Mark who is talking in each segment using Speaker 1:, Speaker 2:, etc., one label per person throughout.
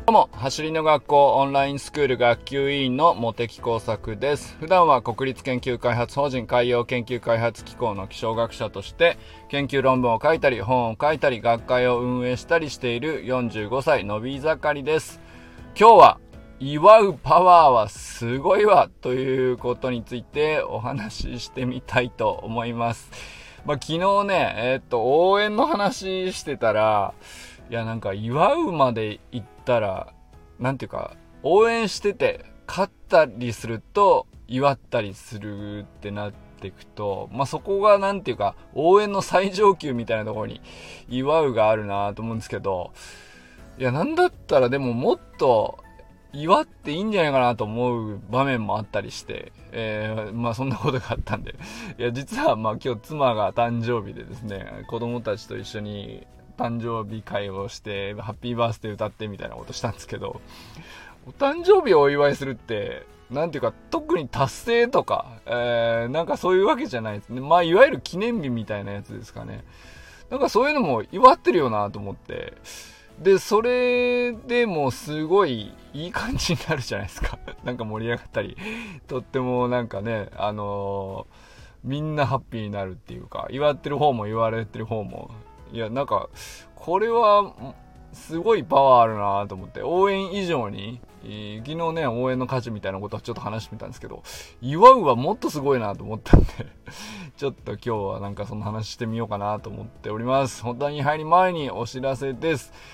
Speaker 1: どうも、走りの学校オンラインスクール学級委員の茂木耕作です。普段は国立研究開発法人海洋研究開発機構の気象学者として研究論文を書いたり本を書いたり学会を運営したりしている45歳のび盛りです。今日は祝うパワーはすごいわということについてお話ししてみたいと思います。昨日ね、応援の話してたら、なんか祝うまで行ったら、なんていうか、応援してて勝ったりすると祝ったりするってなっていくと、そこがなんていうか、応援の最上級みたいなところに祝うがあるなと思うんですけど、なんだったらでももっと祝っていいんじゃないかなと思う場面もあったりして、そんなことがあったんで、実は今日妻が誕生日でですね、子供たちと一緒に誕生日会をしてハッピーバースデー歌ってみたいなことしたんですけど、お誕生日をお祝いするってなんていうか特に達成とか、なんかそういうわけじゃないですね。いわゆる記念日みたいなやつですかね。なんかそういうのも祝ってるよなと思って、でそれでもすごいいい感じになるじゃないですか。なんか盛り上がったり、とってもなんかね、みんなハッピーになるっていうか、祝ってる方も言われてる方も、なんかこれはすごいパワーあるなと思って、応援以上に、昨日ね応援の価値みたいなことはちょっと話してみたんですけど、祝うはもっとすごいなと思ったんでちょっと今日はなんかその話してみようかなと思っております。本題に入り前にお知らせです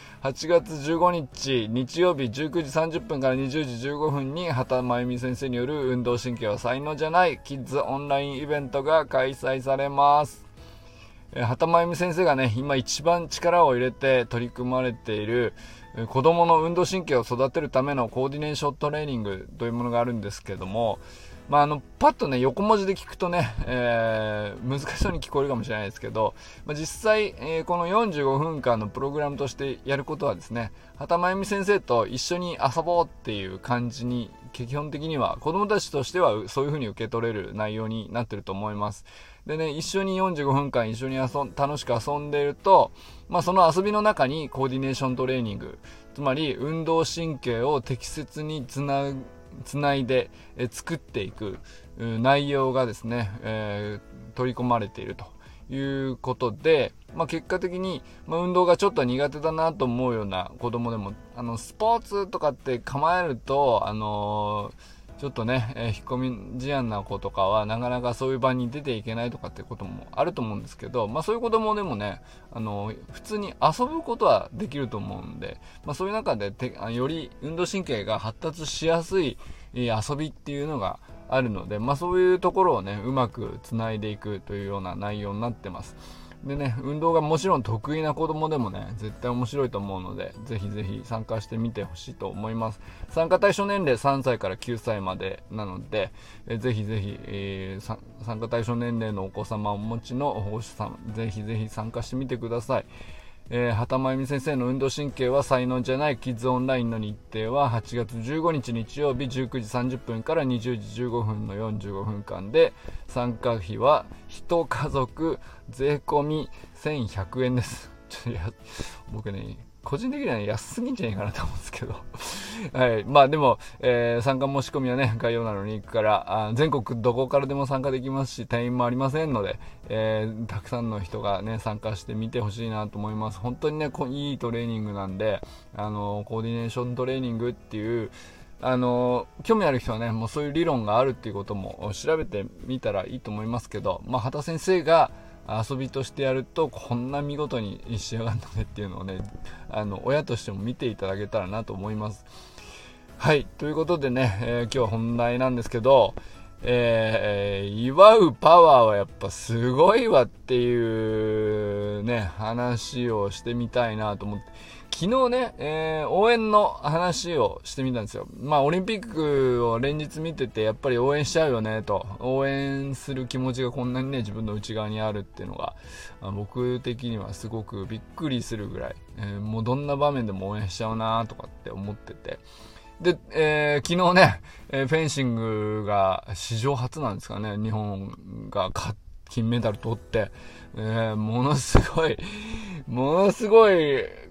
Speaker 1: 。8月15日日曜日19時30分から20時15分に畑真由美先生による運動神経は才能じゃないキッズオンラインイベントが開催されます。畑真由美先生がね、今一番力を入れて取り組まれている子どもの運動神経を育てるためのコーディネーショントレーニングというものがあるんですけども、パッとね横文字で聞くとね、難しそうに聞こえるかもしれないですけど、実際、この45分間のプログラムとしてやることはですね、畑真由美先生と一緒に遊ぼうっていう感じに、基本的には子どもたちとしてはそういう風に受け取れる内容になってると思います。でね、一緒に45分間一緒に楽しく遊んでいると、その遊びの中にコーディネーショントレーニング、つまり運動神経を適切につないで作っていく内容がですね、取り込まれているということで、結果的に、運動がちょっと苦手だなと思うような子供でも、スポーツとかって構えると、ちょっとね、引っ込み思案な子とかはなかなかそういう場に出ていけないとかってこともあると思うんですけど、そういう子供でもね、普通に遊ぶことはできると思うんで、そういう中でより運動神経が発達しやすい遊びっていうのがあるので、そういうところをねうまくつないでいくというような内容になってます。でね、運動がもちろん得意な子供でもね絶対面白いと思うので、ぜひぜひ参加してみてほしいと思います。参加対象年齢3歳から9歳までなので、ぜひぜひ、参加対象年齢のお子様をお持ちの保護者さん、ぜひぜひ参加してみてください。畑真由美先生の運動神経は才能じゃないキッズオンラインの日程は8月15日日曜日19時30分から20時15分の45分間で、参加費は1家族税込み1100円です。僕ね個人的には安すぎんじゃないかなと思うんですけどはい、でも、参加申し込みはね概要欄のリンクから全国どこからでも参加できますし、定員もありませんので、たくさんの人がね参加してみてほしいなと思います。本当にねいいトレーニングなんで、コーディネーショントレーニングっていう興味ある人はねもうそういう理論があるっていうことも調べてみたらいいと思いますけど、畑先生が遊びとしてやるとこんな見事に仕上がるのねっていうのをね、親としても見ていただけたらなと思います。はい、ということでね、今日は本題なんですけど、祝うパワーはやっぱすごいわっていうね話をしてみたいなと思って、昨日ね、応援の話をしてみたんですよ。オリンピックを連日見ててやっぱり応援しちゃうよねと、応援する気持ちがこんなにね自分の内側にあるっていうのが、僕的にはすごくびっくりするぐらい、もうどんな場面でも応援しちゃうなとかって思ってて、で、昨日ね、フェンシングが史上初なんですかね、日本が金メダル取って、ものすごい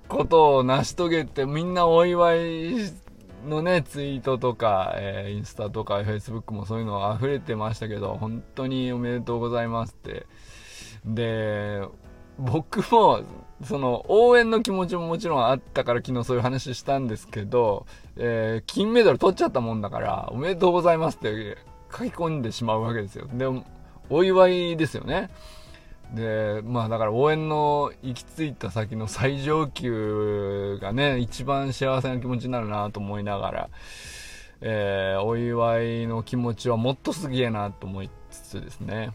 Speaker 1: ことを成し遂げて、みんなお祝いのね、ツイートとか、インスタとか、フェイスブックもそういうの溢れてましたけど、本当におめでとうございますって。で、僕も、その、応援の気持ちももちろんあったから昨日そういう話したんですけど、金メダル取っちゃったもんだから、おめでとうございますって書き込んでしまうわけですよ。で、お祝いですよね。で、まあだから応援の行き着いた先の最上級がね、一番幸せな気持ちになるなと思いながら、お祝いの気持ちはもっとすげえなと思いつつですね。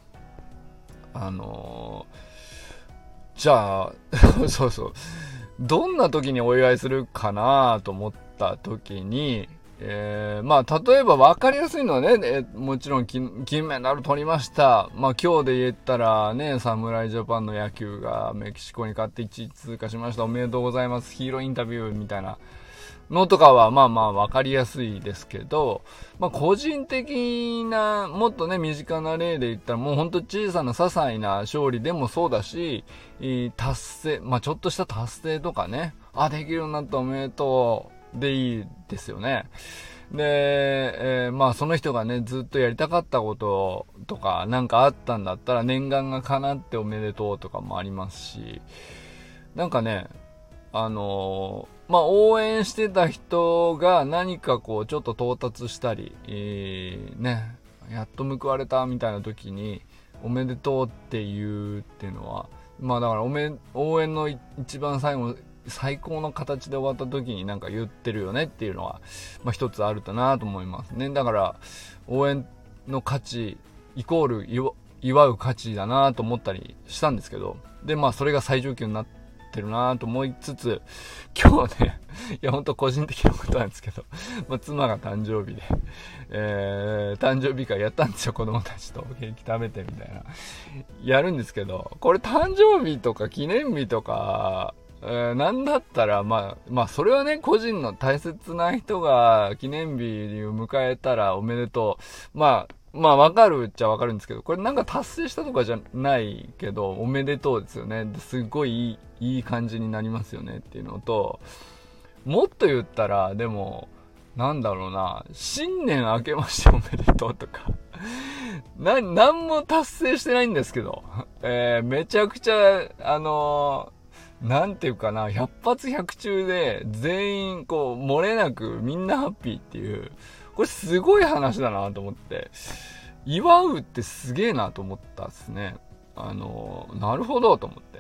Speaker 1: じゃあ、そうそう。どんな時にお祝いするかなと思った時に、まあ、例えば分かりやすいのはね、もちろん金メダル取りました。まあ、今日で言ったらね、侍ジャパンの野球がメキシコに勝って1位通過しました。おめでとうございます。ヒーローインタビューみたいなのとかはまあまあ分かりやすいですけど、まあ個人的な、もっとね、身近な例で言ったらもうほんと小さな些細な勝利でもそうだし、達成、まあちょっとした達成とかね、できるようになったおめでとうでいいですよね。で、まあその人がね、ずっとやりたかったこととかなんかあったんだったら念願が叶っておめでとうとかもありますし、なんかね、まあ、応援してた人が何かこうちょっと到達したり、ね、やっと報われたみたいな時におめでとうって言うっていうのは、まあだから応援の一番最高の形で終わった時になんか言ってるよねっていうのは、まあ一つあるかなと思いますね。だから応援の価値イコール祝う価値だなと思ったりしたんですけど、でまあそれが最上級になってるなと思いつつ、今日ね、いや本当個人的なことなんですけど、まあ、妻が誕生日で、誕生日会やったんですよ。子供たちとケーキ食べてみたいなやるんですけど、これ誕生日とか記念日とか、なんだったらまあそれはね、個人の大切な人が記念日を迎えたらおめでとう、まあわかるっちゃわかるんですけど、これなんか達成したとかじゃないけどおめでとうですよね。すごいいい感じになりますよねっていうのと、もっと言ったら、でもなんだろうな、新年明けましておめでとうとかなんも達成してないんですけど、めちゃくちゃなんていうかな、100発100中で全員こう漏れなくみんなハッピーっていう、これすごい話だなと思って、祝うってすげえなと思ったですね。なるほどと思って。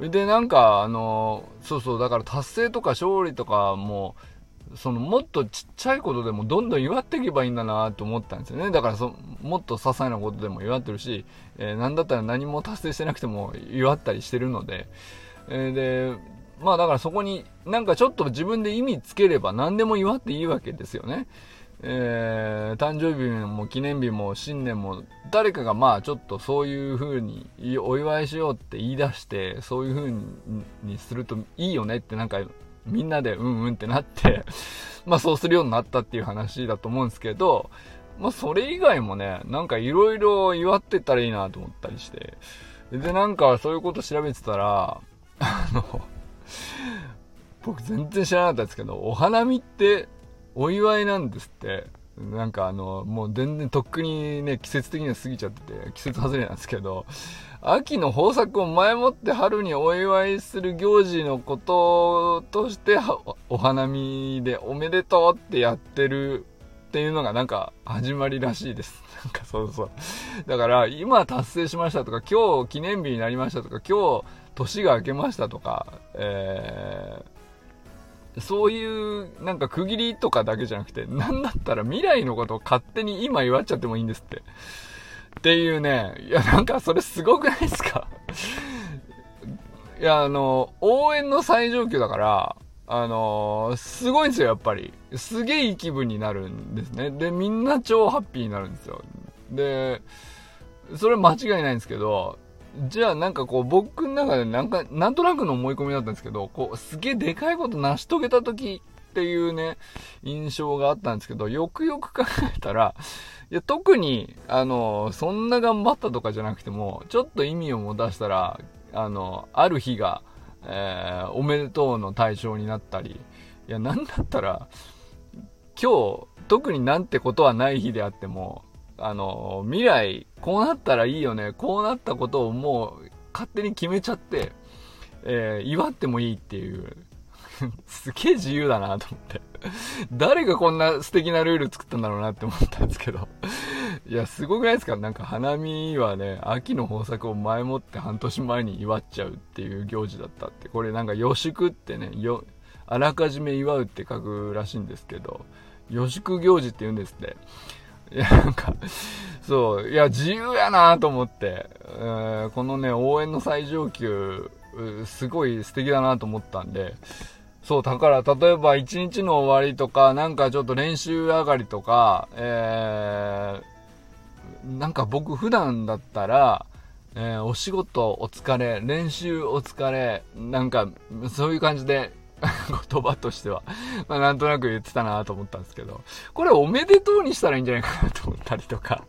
Speaker 1: で、なんかそうだから達成とか勝利とかも、もっとちっちゃいことでもどんどん祝っていけばいいんだなと思ったんですよね。だからもっと些細なことでも祝ってるし、なんだったら何も達成してなくても祝ったりしてるので、で、まあだからそこになんかちょっと自分で意味つければ何でも祝っていいわけですよね。誕生日も記念日も新年も誰かがまあちょっとそういう風にお祝いしようって言い出して、そういう風にするといいよねってなんかみんなでうんうんってなってまあそうするようになったっていう話だと思うんですけど、まあそれ以外もね、なんかいろいろ祝ってったらいいなと思ったりして、でなんかそういうこと調べてたら、僕全然知らなかったんですけど、お花見ってお祝いなんですって。なんかもう全然とっくにね、季節的には過ぎちゃってて、季節外れなんですけど、秋の豊作を前もって春にお祝いする行事のこととしてお花見でおめでとうってやってるっていうのがなんか始まりらしいです。なんかそうだから今達成しましたとか、今日記念日になりましたとか、今日年が明けましたとか、そういうなんか区切りとかだけじゃなくて、なんだったら未来のことを勝手に今祝っちゃってもいいんですっていうね。いやなんかそれすごくないですかいや応援の最上級だからすごいんですよ。やっぱりすげえいい気分になるんですね。でみんな超ハッピーになるんですよ。でそれ間違いないんですけど、じゃあなんかこう僕の中でなんとなくの思い込みだったんですけど、こうすげえでかいこと成し遂げた時っていうね印象があったんですけど、よくよく考えたら、いや特にそんな頑張ったとかじゃなくても、ちょっと意味を持たしたらある日がおめでとうの対象になったり、いや、なんだったら、今日、特になんてことはない日であっても、未来、こうなったらいいよね、こうなったことをもう勝手に決めちゃって、祝ってもいいっていう、すげえ自由だなと思って。誰がこんな素敵なルール作ったんだろうなって思ったんですけど。いや、すごくないですか？なんか花見はね、秋の豊作を前もって半年前に祝っちゃうっていう行事だったって。これなんか予祝ってね、あらかじめ祝うって書くらしいんですけど、予祝行事って言うんですって。いや、なんか、そう、いや、自由やなと思って、このね、応援の最上級、すごい素敵だなと思ったんで、そう、だから例えば一日の終わりとか、なんかちょっと練習上がりとか、なんか僕普段だったら、お仕事お疲れ、練習お疲れ、なんかそういう感じで言葉としては、まあ、なんとなく言ってたなと思ったんですけど、これおめでとうにしたらいいんじゃないかなと思ったりとか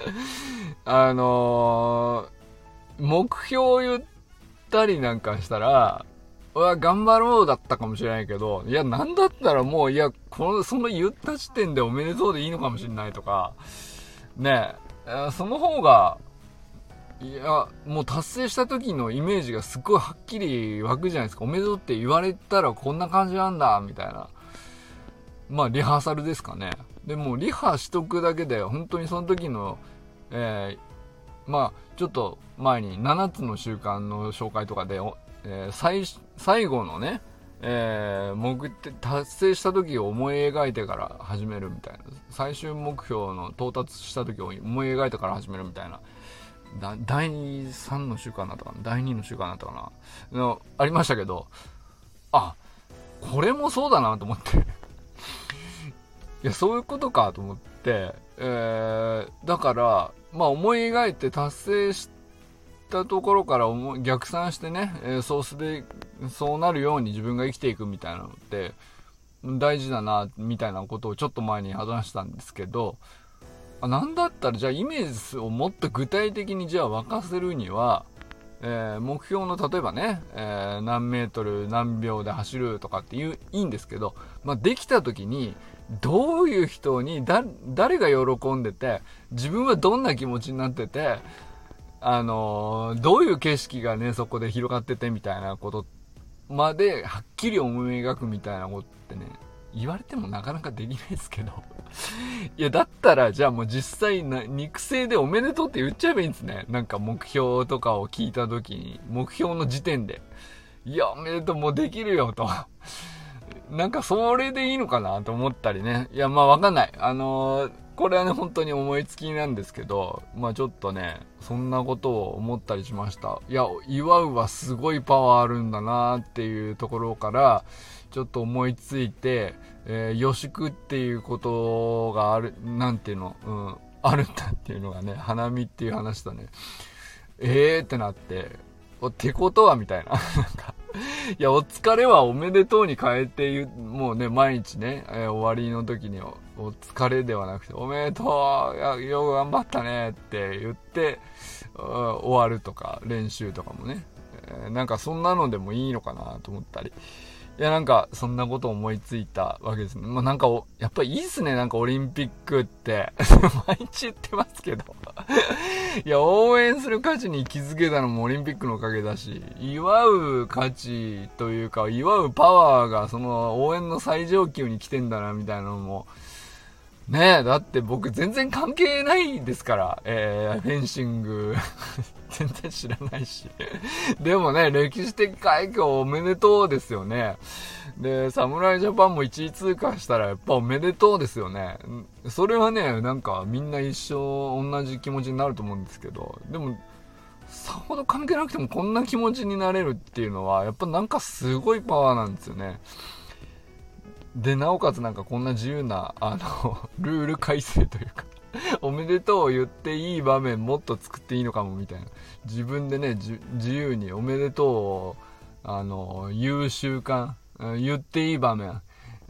Speaker 1: 目標を言ったりなんかしたら、頑張ろうだったかもしれないけど、いや、なんだったらもう、いや、その言った時点でおめでとうでいいのかもしれないとか、ねえ、その方が、いや、もう達成した時のイメージがすっごいはっきり湧くじゃないですか。おめでとうって言われたらこんな感じなんだ、みたいな。まあ、リハーサルですかね。でも、リハしとくだけで、本当にその時の、まあ、ちょっと前に7つの習慣の紹介とかで、最後のね、達成した時を思い描いてから始めるみたいな。最終目標の到達した時を思い描いてから始めるみたいな。第3の習慣だったかな、第2の習慣だったかなありましたけど、これもそうだなと思っていや、そういうことかと思って、だからまあ思い描いて達成したところから逆算してね、そうなるように自分が生きていくみたいなのって大事だなみたいなことをちょっと前に話したんですけど、なんだったらじゃあイメージをもっと具体的にじゃあ沸かせるには、目標の例えばね、何メートル何秒で走るとかっていいんですけど、まあ、できた時にどういう人に誰が喜んでて、自分はどんな気持ちになってて、どういう景色がねそこで広がっててみたいなことまではっきり思い描くみたいなことってね、言われてもなかなかできないですけどいや、だったらじゃあもう実際肉声でおめでとうって言っちゃえばいいんですね。なんか目標とかを聞いた時に、目標の時点で、いや、おめでとう、もうできるよとなんかそれでいいのかなと思ったりね。いや、まあわかんない。これはね本当に思いつきなんですけど、まあちょっとねそんなことを思ったりしました。いや、祝うはすごいパワーあるんだなっていうところからちょっと思いついて、予祝っていうことがある、なんていうの、あるんだっていうのがね、花見っていう話だね。ってなって、ってことはみたいな。なんかいや、お疲れはおめでとうに変えて、もうね、毎日ね、終わりの時にお疲れではなくて、おめでとう、いや、よく頑張ったねって言って、終わるとか、練習とかもね、なんかそんなのでもいいのかなと思ったり。いや、なんかそんなこと思いついたわけですね。まあなんかやっぱりいいっすね、なんかオリンピックって毎日言ってますけどいや、応援する価値に気づけたのもオリンピックのおかげだし、祝う価値というか祝うパワーがその応援の最上級に来てんだなみたいなのもねえ、だって僕全然関係ないですから、フェンシング全然知らないしでもね、歴史的快挙おめでとうですよね。で、侍ジャパンも1位通過したらやっぱおめでとうですよね。それはね、なんかみんな一生同じ気持ちになると思うんですけど、でもさほど関係なくてもこんな気持ちになれるっていうのはやっぱなんかすごいパワーなんですよね。で、なおかつなんかこんな自由なルール改正というかおめでとうを言っていい場面もっと作っていいのかもみたいな、自分でね自由におめでとうを言う習慣、言っていい場面、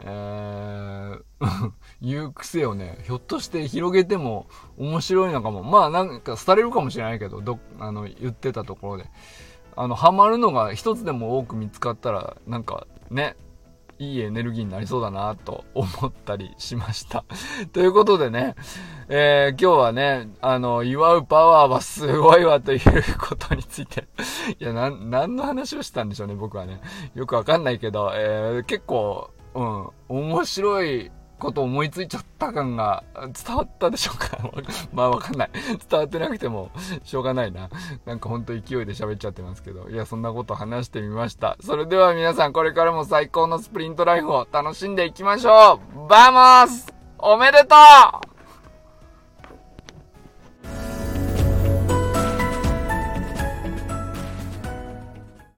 Speaker 1: 言う癖をね、ひょっとして広げても面白いのかも。まあなんか廃れるかもしれないけど、言ってたところでハマるのが一つでも多く見つかったら、なんかね、いいエネルギーになりそうだなと思ったりしました。ということでね、今日はね、祝うパワーはすごいわということについて、いや、何の話をしたんでしょうね、僕はね。よくわかんないけど、結構、面白いこと思いついちゃった感が伝わったでしょうか。まあわかんない。伝わってなくてもしょうがないな。なんかほんと勢いで喋っちゃってますけど。いや、そんなこと話してみました。それでは皆さんこれからも最高のスプリントライフを楽しんでいきましょう。バモスおめでとう